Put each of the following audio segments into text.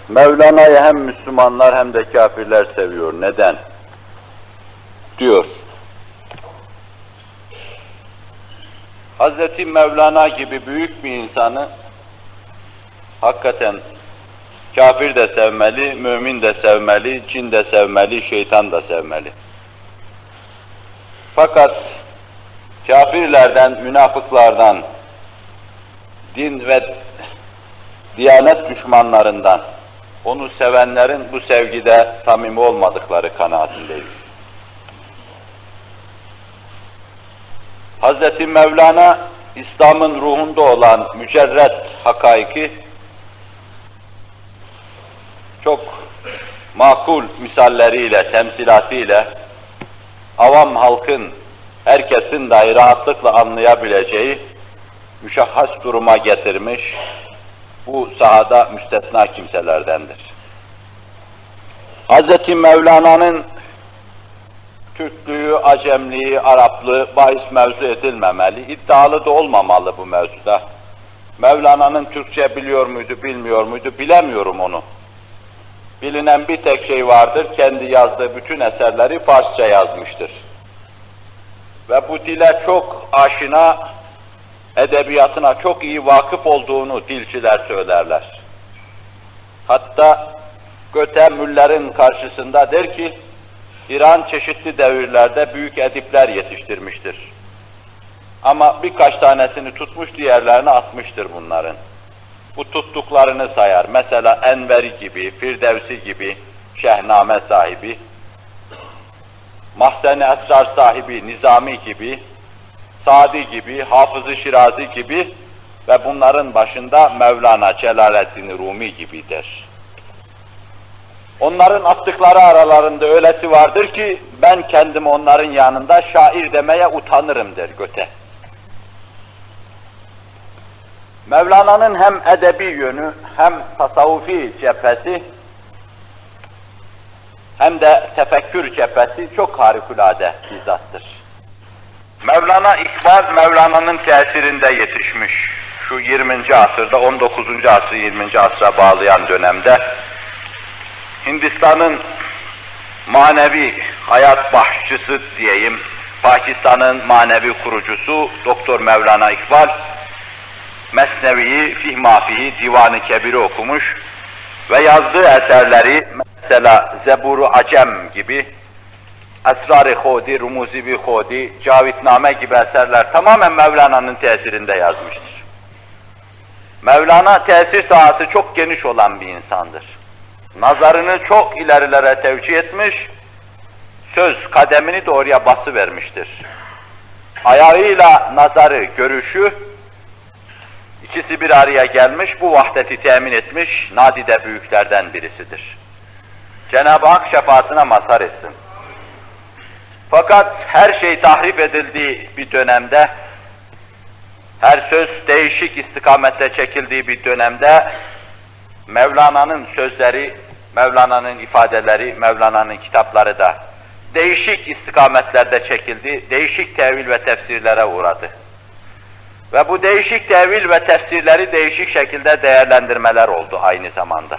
Mevlana'yı hem Müslümanlar hem de kafirler seviyor. Neden? Diyor. Hazreti Mevlana gibi büyük bir insanı hakikaten kafir de sevmeli, mümin de sevmeli, cin de sevmeli, şeytan da sevmeli. Fakat kafirlerden, münafıklardan, din ve diyanet düşmanlarından onu sevenlerin bu sevgide samimi olmadıkları kanaatindeyim. Hazreti Mevlana, İslam'ın ruhunda olan mücerret hakaiki çok makul misalleriyle, temsilatiyle avam halkın, herkesin dahi rahatlıkla anlayabileceği müşahhas duruma getirmiş, bu sahada müstesna kimselerdendir. Hazreti Mevlana'nın Türklüğü, Acemliği, Araplığı bahis mevzu edilmemeli, iddialı da olmamalı bu mevzuda. Mevlana'nın Türkçe biliyor muydu, bilmiyor muydu, bilemiyorum onu. Bilinen bir tek şey vardır, kendi yazdığı bütün eserleri Farsça yazmıştır. Ve bu dile çok aşina, edebiyatına çok iyi vakıf olduğunu dilciler söylerler. Hatta Göte Müller'in karşısında der ki, İran çeşitli devirlerde büyük edipler yetiştirmiştir. Ama birkaç tanesini tutmuş, diğerlerini atmıştır bunların. Bu tuttuklarını sayar. Mesela Enveri gibi, Firdevsi gibi, Şehname sahibi, Mahzen-i Esrar sahibi, Nizami gibi, Sadi gibi, Hafız-ı Şirazi gibi ve bunların başında Mevlana Celaleddin Rumi gibidir. Onların attıkları aralarında öylesi vardır ki, ben kendimi onların yanında şair demeye utanırım der Göte. Mevlana'nın hem edebi yönü, hem tasavvufi cephesi, hem de tefekkür cephesi çok harikulade bir zattır. Mevlana İkbal, Mevlana'nın tesirinde yetişmiş. Şu 20. asırda, 19. asrı 20. asra bağlayan dönemde, Hindistan'ın manevi hayat bahçısı diyeyim, Pakistan'ın manevi kurucusu Doktor Mevlana İkbal, Mesnevi'yi, Fihmafi'yi, Divan-ı Kebir'i okumuş ve yazdığı eserleri, mesela Zebur-u Acem gibi, Esrar-ı Hodi, Rumuzi-i Hodi, Cavitname gibi eserler tamamen Mevlana'nın tesirinde yazmıştır. Mevlana tesir sahası çok geniş olan bir insandır. Nazarını çok ilerilere tevcih etmiş, söz kademini de oraya basıvermiştir. Ayağıyla nazarı, görüşü, ikisi bir araya gelmiş, bu vahdeti temin etmiş, nadide büyüklerden birisidir. Cenab-ı Hak şefaatine mazhar etsin. Fakat her şey tahrif edildiği bir dönemde, her söz değişik istikamette çekildiği bir dönemde, Mevlana'nın sözleri, Mevlana'nın ifadeleri, Mevlana'nın kitapları da değişik istikametlerde çekildi, değişik tevil ve tefsirlere uğradı. Ve bu değişik tevil ve tefsirleri değişik şekilde değerlendirmeler oldu aynı zamanda.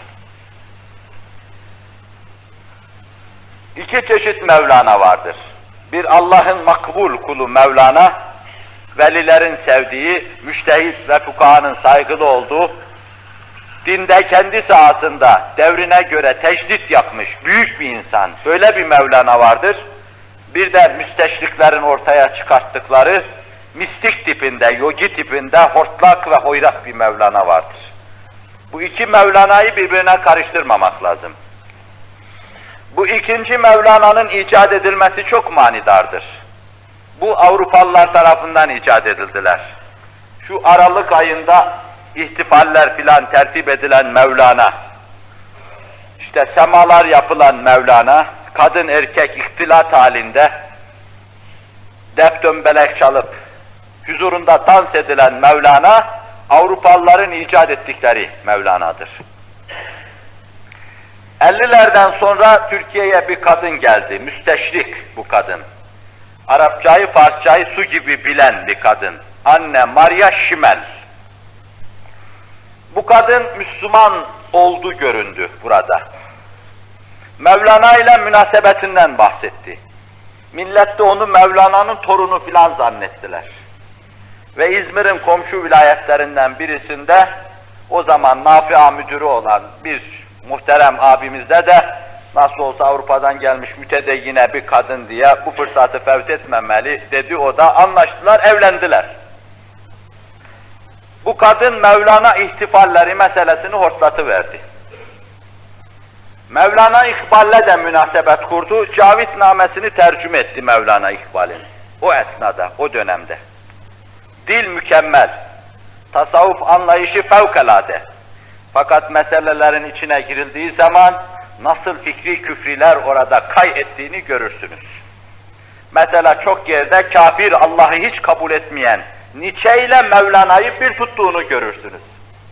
İki çeşit Mevlana vardır. Bir Allah'ın makbul kulu Mevlana, velilerin sevdiği, müştehit ve fukahanın saygılı olduğu, dinde kendi sahasında devrine göre tecdit yapmış büyük bir insan, böyle bir Mevlana vardır. Bir de müsteşriklerin ortaya çıkarttıkları, mistik tipinde, yogi tipinde, hortlak ve hoyrat bir Mevlana vardır. Bu iki Mevlana'yı birbirine karıştırmamak lazım. Bu ikinci Mevlana'nın icat edilmesi çok manidardır. Bu Avrupalılar tarafından icat edildiler. Şu Aralık ayında ihtifaller filan tertip edilen Mevlana, işte semalar yapılan Mevlana, kadın erkek ihtilat halinde def dömbelek çalıp huzurunda dans edilen Mevlana, Avrupalıların icat ettikleri Mevlana'dır. 50'lerden sonra Türkiye'ye bir kadın geldi, müsteşrik bu kadın. Arapçayı, Farsçayı su gibi bilen bir kadın. Anne Maria Şimel. Bu kadın Müslüman oldu göründü burada. Mevlana ile münasebetinden bahsetti. Millet de onu Mevlana'nın torunu filan zannettiler. Ve İzmir'in komşu vilayetlerinden birisinde o zaman Nafıa müdürü olan bir muhterem abimizde de nasıl olsa Avrupa'dan gelmiş mütedeyyine bir kadın diye bu fırsatı fevt etmemeli dedi, o da anlaştılar, evlendiler. Bu kadın Mevlana ihtifalleri meselesini hortlatıverdi. Mevlana İkbal'le de münasebet kurdu, Cavitnamesini tercüme etti Mevlana İkbal'in. O esnada, o dönemde. Dil mükemmel, tasavvuf anlayışı fevkalade. Fakat meselelerin içine girildiği zaman nasıl fikri küfriler orada kay ettiğini görürsünüz. Mesela çok yerde kafir, Allah'ı hiç kabul etmeyen Nietzsche ile Mevlana'yı bir tuttuğunu görürsünüz.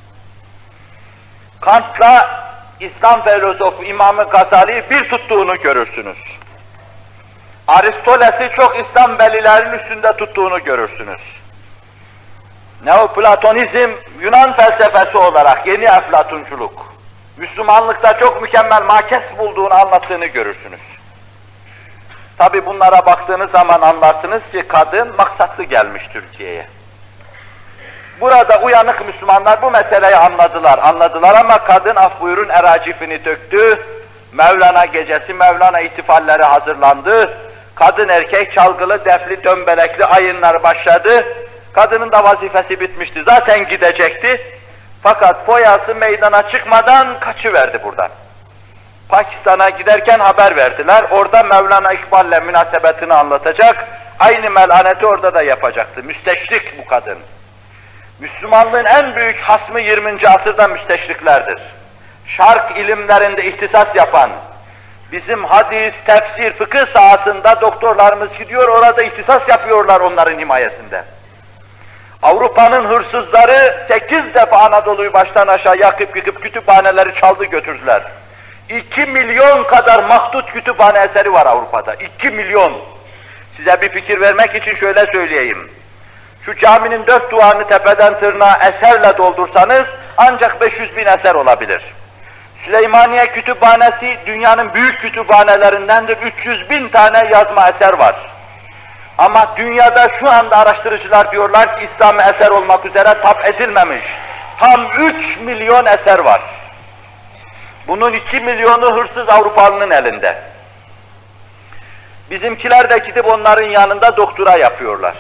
Kant'la İslam filozofu İmam-ı Gazali'yi bir tuttuğunu görürsünüz. Aristoteles'i çok İslam velilerinin üstünde tuttuğunu görürsünüz. Neoplatonizm, Yunan felsefesi olarak yeni Eflatunculuk, Müslümanlıkta çok mükemmel makes bulduğunu anlattığını görürsünüz. Tabi bunlara baktığınız zaman anlarsınız ki kadın maksatlı gelmiş Türkiye'ye. Burada uyanık Müslümanlar bu meseleyi anladılar ama kadın af buyurun eracifini döktü, Mevlana gecesi, Mevlana ihtifalleri hazırlandı, kadın erkek çalgılı, defli, dömbelekli ayinler başladı, kadının da vazifesi bitmişti, zaten gidecekti, fakat foyası meydana çıkmadan kaçıverdi buradan. Pakistan'a giderken haber verdiler, orada Mevlana İkbal'le münasebetini anlatacak, aynı melaneti orada da yapacaktı, müsteşrik bu kadın. Müslümanlığın en büyük hasmı 20. asırda müsteşriklerdir. Şark ilimlerinde ihtisas yapan, bizim hadis, tefsir, fıkıh sahasında doktorlarımız gidiyor, orada ihtisas yapıyorlar onların himayesinde. Avrupa'nın hırsızları 8 defa Anadolu'yu baştan aşağı yakıp yıkıp kütüphaneleri çaldı götürdüler. 2 milyon kadar mahdut kütüphane eseri var Avrupa'da, 2 milyon. Size bir fikir vermek için şöyle söyleyeyim. Şu caminin 4 duvarını tepeden tırnağa eserle doldursanız ancak 500 bin eser olabilir. Süleymaniye Kütüphanesi dünyanın büyük kütüphanelerindendir, 300 bin tane yazma eser var. Ama dünyada şu anda araştırıcılar diyorlar ki İslami eser olmak üzere tap edilmemiş. Tam 3 milyon eser var. Bunun 2 milyonu hırsız Avrupalının elinde. Bizimkiler de gidip onların yanında doktora yapıyorlar.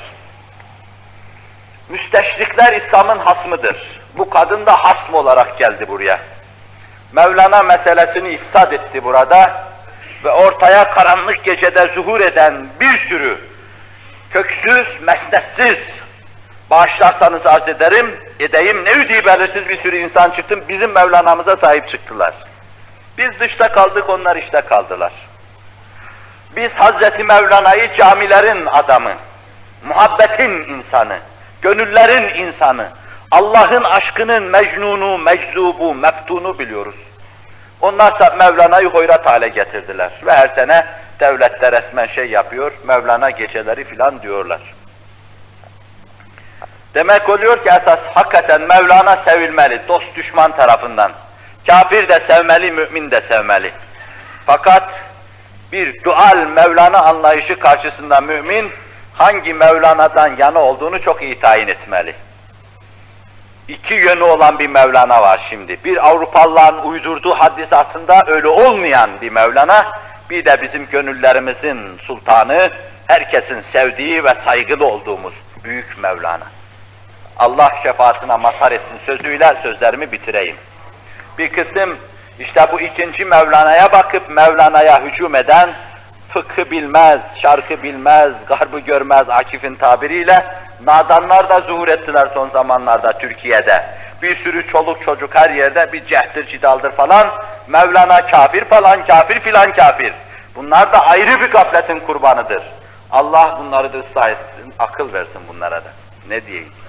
Müsteşrikler İslam'ın hasmıdır. Bu kadın da hasm olarak geldi buraya. Mevlana meselesini ifsad etti burada ve ortaya karanlık gecede zuhur eden bir sürü köksüz, mesnetsiz, bağışlarsanız arz edeyim, nevdi belirsiz bir sürü insan çıktı, bizim Mevlana'mıza sahip çıktılar. Biz dışta kaldık, onlar içte kaldılar. Biz Hazreti Mevlana'yı camilerin adamı, muhabbetin insanı, gönüllerin insanı, Allah'ın aşkının mecnunu, meczubu, meftunu biliyoruz. Onlarsa Mevlana'yı hoyrat hale getirdiler ve her sene devlette resmen şey yapıyor, Mevlana geceleri filan diyorlar. Demek oluyor ki esas hakikaten Mevlana sevilmeli, dost düşman tarafından. Kafir de sevmeli, mümin de sevmeli. Fakat bir dual Mevlana anlayışı karşısında mümin, hangi Mevlana'dan yana olduğunu çok iyi tayin etmeli. İki yönü olan bir Mevlana var şimdi. Bir Avrupalıların uydurduğu hadisatında öyle olmayan bir Mevlana, bir de bizim gönüllerimizin sultanı, herkesin sevdiği ve saygılı olduğumuz büyük Mevlana. Allah şefaatine mazhar etsin sözüyle sözlerimi bitireyim. Bir kısım işte bu ikinci Mevlana'ya bakıp Mevlana'ya hücum eden, fıkhı bilmez, şarkı bilmez, garbı görmez Akif'in tabiriyle, nadanlar da zuhur ettiler son zamanlarda Türkiye'de. Bir sürü çoluk çocuk her yerde bir cehdir cidaldır falan, Mevlana kafir falan, kafir filan kafir. Bunlar da ayrı bir gafletin kurbanıdır. Allah bunları da ıslah etsin, akıl versin bunlara da. Ne diyeyim?